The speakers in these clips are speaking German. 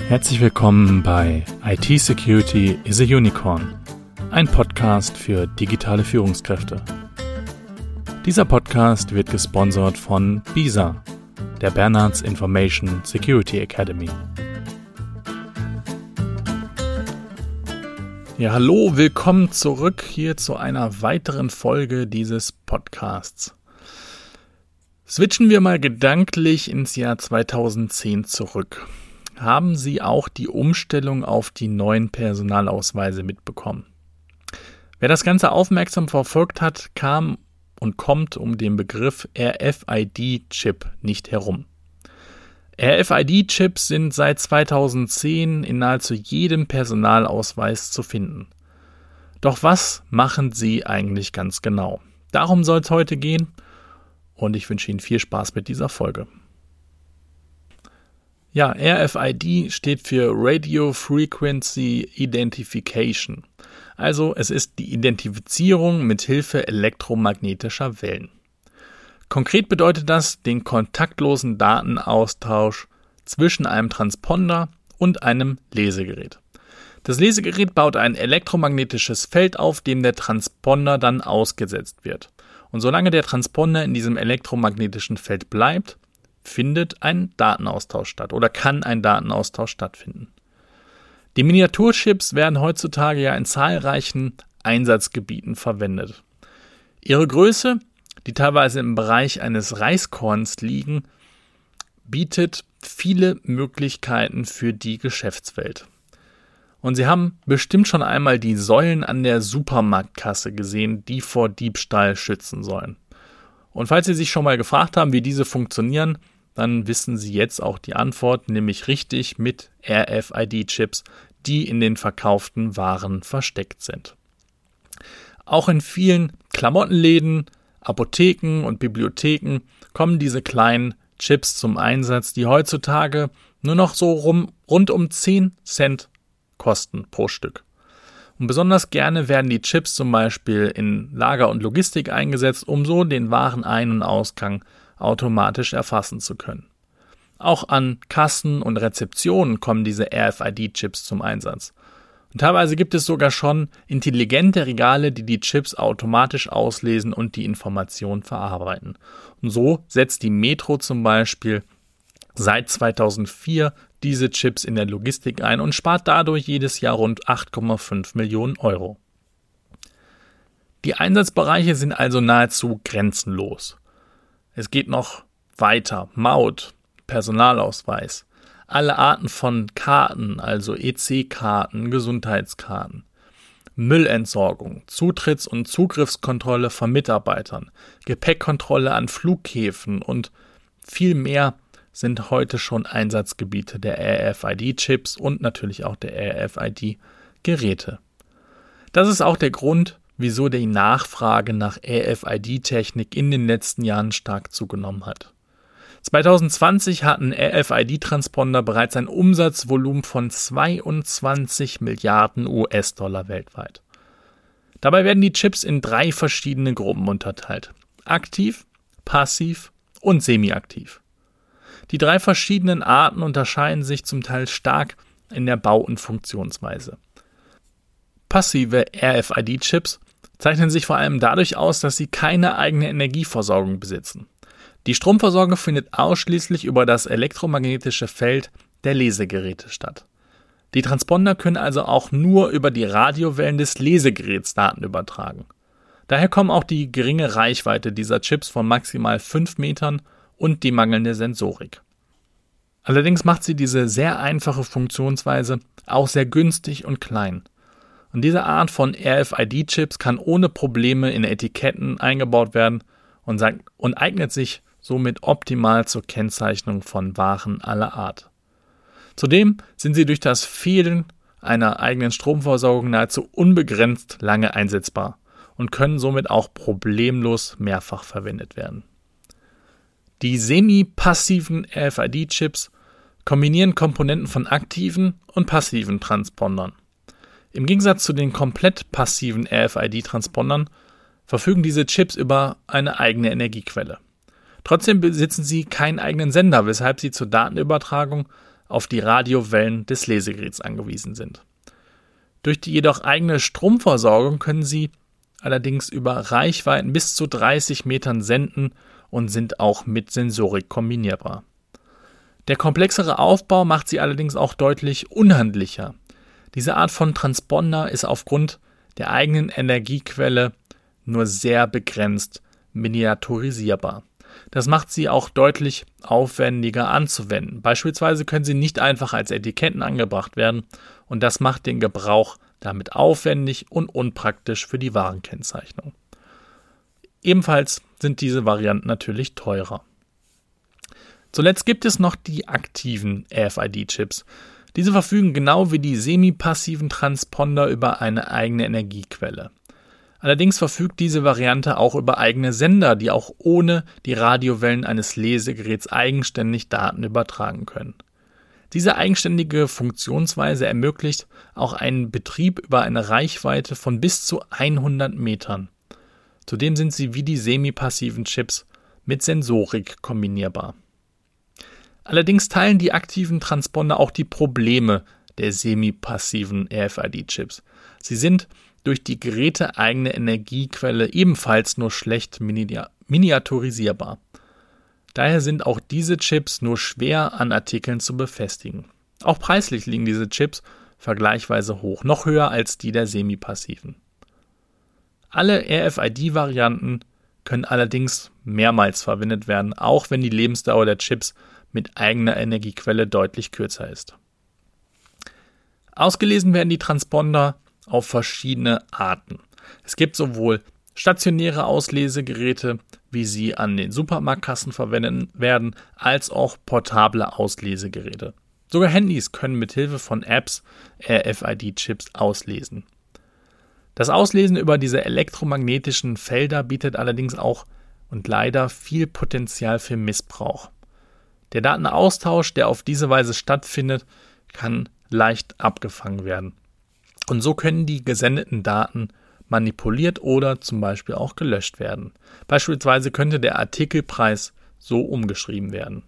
Herzlich willkommen bei IT Security is a Unicorn, ein Podcast für digitale Führungskräfte. Dieser Podcast wird gesponsert von BISA, der Bernards Information Security Academy. Ja, hallo, willkommen zurück hier zu einer weiteren Folge dieses Podcasts. Switchen wir mal gedanklich ins Jahr 2010 zurück. Haben Sie auch die Umstellung auf die neuen Personalausweise mitbekommen? Wer das Ganze aufmerksam verfolgt hat, kam und kommt um den Begriff RFID-Chip nicht herum. RFID-Chips sind seit 2010 in nahezu jedem Personalausweis zu finden. Doch was machen sie eigentlich ganz genau? Darum soll es heute gehen und ich wünsche Ihnen viel Spaß mit dieser Folge. Ja, RFID steht für Radio Frequency Identification. Also es ist die Identifizierung mit Hilfe elektromagnetischer Wellen. Konkret bedeutet das den kontaktlosen Datenaustausch zwischen einem Transponder und einem Lesegerät. Das Lesegerät baut ein elektromagnetisches Feld auf, dem der Transponder dann ausgesetzt wird. Und solange der Transponder in diesem elektromagnetischen Feld bleibt, findet ein Datenaustausch statt oder kann ein Datenaustausch stattfinden. Die Miniaturchips werden heutzutage ja in zahlreichen Einsatzgebieten verwendet. Ihre Größe, die teilweise im Bereich eines Reiskorns liegen, bietet viele Möglichkeiten für die Geschäftswelt. Und Sie haben bestimmt schon einmal die Säulen an der Supermarktkasse gesehen, die vor Diebstahl schützen sollen. Und falls Sie sich schon mal gefragt haben, wie diese funktionieren, dann wissen Sie jetzt auch die Antwort, nämlich richtig mit RFID-Chips, die in den verkauften Waren versteckt sind. Auch in vielen Klamottenläden, Apotheken und Bibliotheken kommen diese kleinen Chips zum Einsatz, die heutzutage nur noch so rund um 10 Cent kosten pro Stück. Und besonders gerne werden die Chips zum Beispiel in Lager und Logistik eingesetzt, um so den Warenein- und Ausgang automatisch erfassen zu können. Auch an Kassen und Rezeptionen kommen diese RFID-Chips zum Einsatz. Und teilweise gibt es sogar schon intelligente Regale, die die Chips automatisch auslesen und die Informationen verarbeiten. Und so setzt die Metro zum Beispiel seit 2004 diese Chips in der Logistik ein und spart dadurch jedes Jahr rund 8,5 Millionen Euro. Die Einsatzbereiche sind also nahezu grenzenlos. Es geht noch weiter. Maut, Personalausweis, alle Arten von Karten, also EC-Karten, Gesundheitskarten, Müllentsorgung, Zutritts- und Zugriffskontrolle von Mitarbeitern, Gepäckkontrolle an Flughäfen und viel mehr sind heute schon Einsatzgebiete der RFID-Chips und natürlich auch der RFID-Geräte. Das ist auch der Grund, wieso die Nachfrage nach RFID-Technik in den letzten Jahren stark zugenommen hat. 2020 hatten RFID-Transponder bereits ein Umsatzvolumen von 22 Milliarden US-Dollar weltweit. Dabei werden die Chips in 3 verschiedene Gruppen unterteilt: aktiv, passiv und semi-aktiv. Die 3 verschiedenen Arten unterscheiden sich zum Teil stark in der Bau- und Funktionsweise. Passive RFID-Chips zeichnen sich vor allem dadurch aus, dass sie keine eigene Energieversorgung besitzen. Die Stromversorgung findet ausschließlich über das elektromagnetische Feld der Lesegeräte statt. Die Transponder können also auch nur über die Radiowellen des Lesegeräts Daten übertragen. Daher kommt auch die geringe Reichweite dieser Chips von maximal 5 Metern und die mangelnde Sensorik. Allerdings macht sie diese sehr einfache Funktionsweise auch sehr günstig und klein. Und diese Art von RFID-Chips kann ohne Probleme in Etiketten eingebaut werden und eignet sich somit optimal zur Kennzeichnung von Waren aller Art. Zudem sind sie durch das Fehlen einer eigenen Stromversorgung nahezu unbegrenzt lange einsetzbar und können somit auch problemlos mehrfach verwendet werden. Die semi-passiven RFID-Chips kombinieren Komponenten von aktiven und passiven Transpondern. Im Gegensatz zu den komplett passiven RFID-Transpondern verfügen diese Chips über eine eigene Energiequelle. Trotzdem besitzen sie keinen eigenen Sender, weshalb sie zur Datenübertragung auf die Radiowellen des Lesegeräts angewiesen sind. Durch die jedoch eigene Stromversorgung können sie allerdings über Reichweiten bis zu 30 Metern senden und sind auch mit Sensorik kombinierbar. Der komplexere Aufbau macht sie allerdings auch deutlich unhandlicher. Diese Art von Transponder ist aufgrund der eigenen Energiequelle nur sehr begrenzt miniaturisierbar. Das macht sie auch deutlich aufwendiger anzuwenden. Beispielsweise können sie nicht einfach als Etiketten angebracht werden und das macht den Gebrauch damit aufwendig und unpraktisch für die Warenkennzeichnung. Ebenfalls sind diese Varianten natürlich teurer. Zuletzt gibt es noch die aktiven RFID-Chips. Diese verfügen genau wie die semi-passiven Transponder über eine eigene Energiequelle. Allerdings verfügt diese Variante auch über eigene Sender, die auch ohne die Radiowellen eines Lesegeräts eigenständig Daten übertragen können. Diese eigenständige Funktionsweise ermöglicht auch einen Betrieb über eine Reichweite von bis zu 100 Metern. Zudem sind sie wie die semi-passiven Chips mit Sensorik kombinierbar. Allerdings teilen die aktiven Transponder auch die Probleme der semi-passiven RFID-Chips. Sie sind durch die geräteeigene Energiequelle ebenfalls nur schlecht miniaturisierbar. Daher sind auch diese Chips nur schwer an Artikeln zu befestigen. Auch preislich liegen diese Chips vergleichsweise hoch, noch höher als die der semi-passiven. Alle RFID-Varianten können allerdings mehrmals verwendet werden, auch wenn die Lebensdauer der Chips mit eigener Energiequelle deutlich kürzer ist. Ausgelesen werden die Transponder auf verschiedene Arten. Es gibt sowohl stationäre Auslesegeräte, wie sie an den Supermarktkassen verwendet werden, als auch portable Auslesegeräte. Sogar Handys können mit Hilfe von Apps RFID-Chips auslesen. Das Auslesen über diese elektromagnetischen Felder bietet allerdings auch und leider viel Potenzial für Missbrauch. Der Datenaustausch, der auf diese Weise stattfindet, kann leicht abgefangen werden. Und so können die gesendeten Daten manipuliert oder zum Beispiel auch gelöscht werden. Beispielsweise könnte der Artikelpreis so umgeschrieben werden.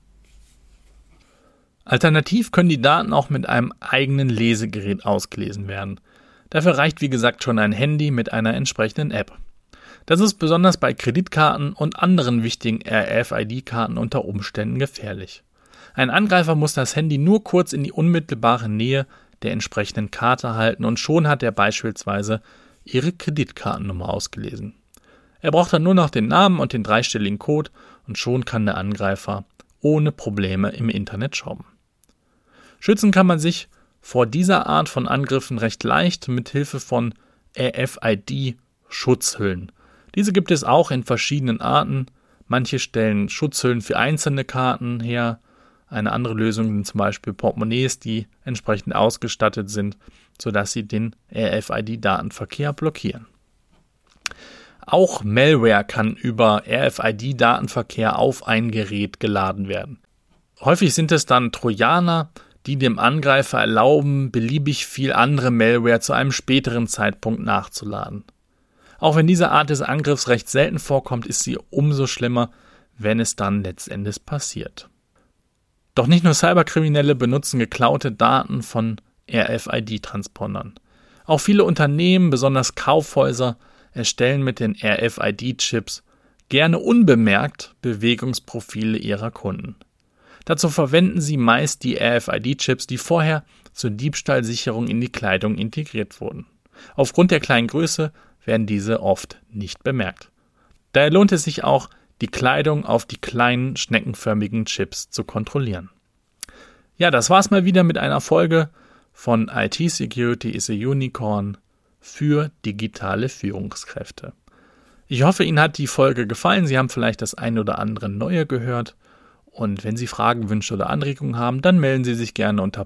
Alternativ können die Daten auch mit einem eigenen Lesegerät ausgelesen werden. Dafür reicht wie gesagt schon ein Handy mit einer entsprechenden App. Das ist besonders bei Kreditkarten und anderen wichtigen RFID-Karten unter Umständen gefährlich. Ein Angreifer muss das Handy nur kurz in die unmittelbare Nähe der entsprechenden Karte halten und schon hat er beispielsweise Ihre Kreditkartennummer ausgelesen. Er braucht dann nur noch den Namen und den 3-stelligen Code und schon kann der Angreifer ohne Probleme im Internet shoppen. Schützen kann man sich vor dieser Art von Angriffen recht leicht mit Hilfe von RFID-Schutzhüllen. Diese gibt es auch in verschiedenen Arten. Manche stellen Schutzhüllen für einzelne Karten her. Eine andere Lösung sind zum Beispiel Portemonnaies, die entsprechend ausgestattet sind, sodass sie den RFID-Datenverkehr blockieren. Auch Malware kann über RFID-Datenverkehr auf ein Gerät geladen werden. Häufig sind es dann Trojaner, die dem Angreifer erlauben, beliebig viel andere Malware zu einem späteren Zeitpunkt nachzuladen. Auch wenn diese Art des Angriffs recht selten vorkommt, ist sie umso schlimmer, wenn es dann letztendlich passiert. Doch nicht nur Cyberkriminelle benutzen geklaute Daten von RFID-Transpondern. Auch viele Unternehmen, besonders Kaufhäuser, erstellen mit den RFID-Chips gerne unbemerkt Bewegungsprofile ihrer Kunden. Dazu verwenden sie meist die RFID-Chips, die vorher zur Diebstahlsicherung in die Kleidung integriert wurden. Aufgrund der kleinen Größe werden diese oft nicht bemerkt. Daher lohnt es sich auch, die Kleidung auf die kleinen schneckenförmigen Chips zu kontrollieren. Ja, das war's mal wieder mit einer Folge von IT Security is a Unicorn für digitale Führungskräfte. Ich hoffe, Ihnen hat die Folge gefallen. Sie haben vielleicht das ein oder andere Neue gehört. Und wenn Sie Fragen, Wünsche oder Anregungen haben, dann melden Sie sich gerne unter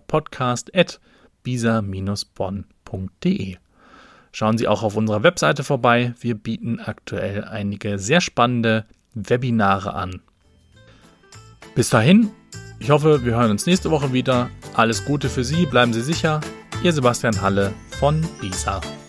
podcast@bisa-bonn.de. Schauen Sie auch auf unserer Webseite vorbei. Wir bieten aktuell einige sehr spannende Webinare an. Bis dahin, ich hoffe, wir hören uns nächste Woche wieder. Alles Gute für Sie, bleiben Sie sicher. Ihr Sebastian Halle von BISA.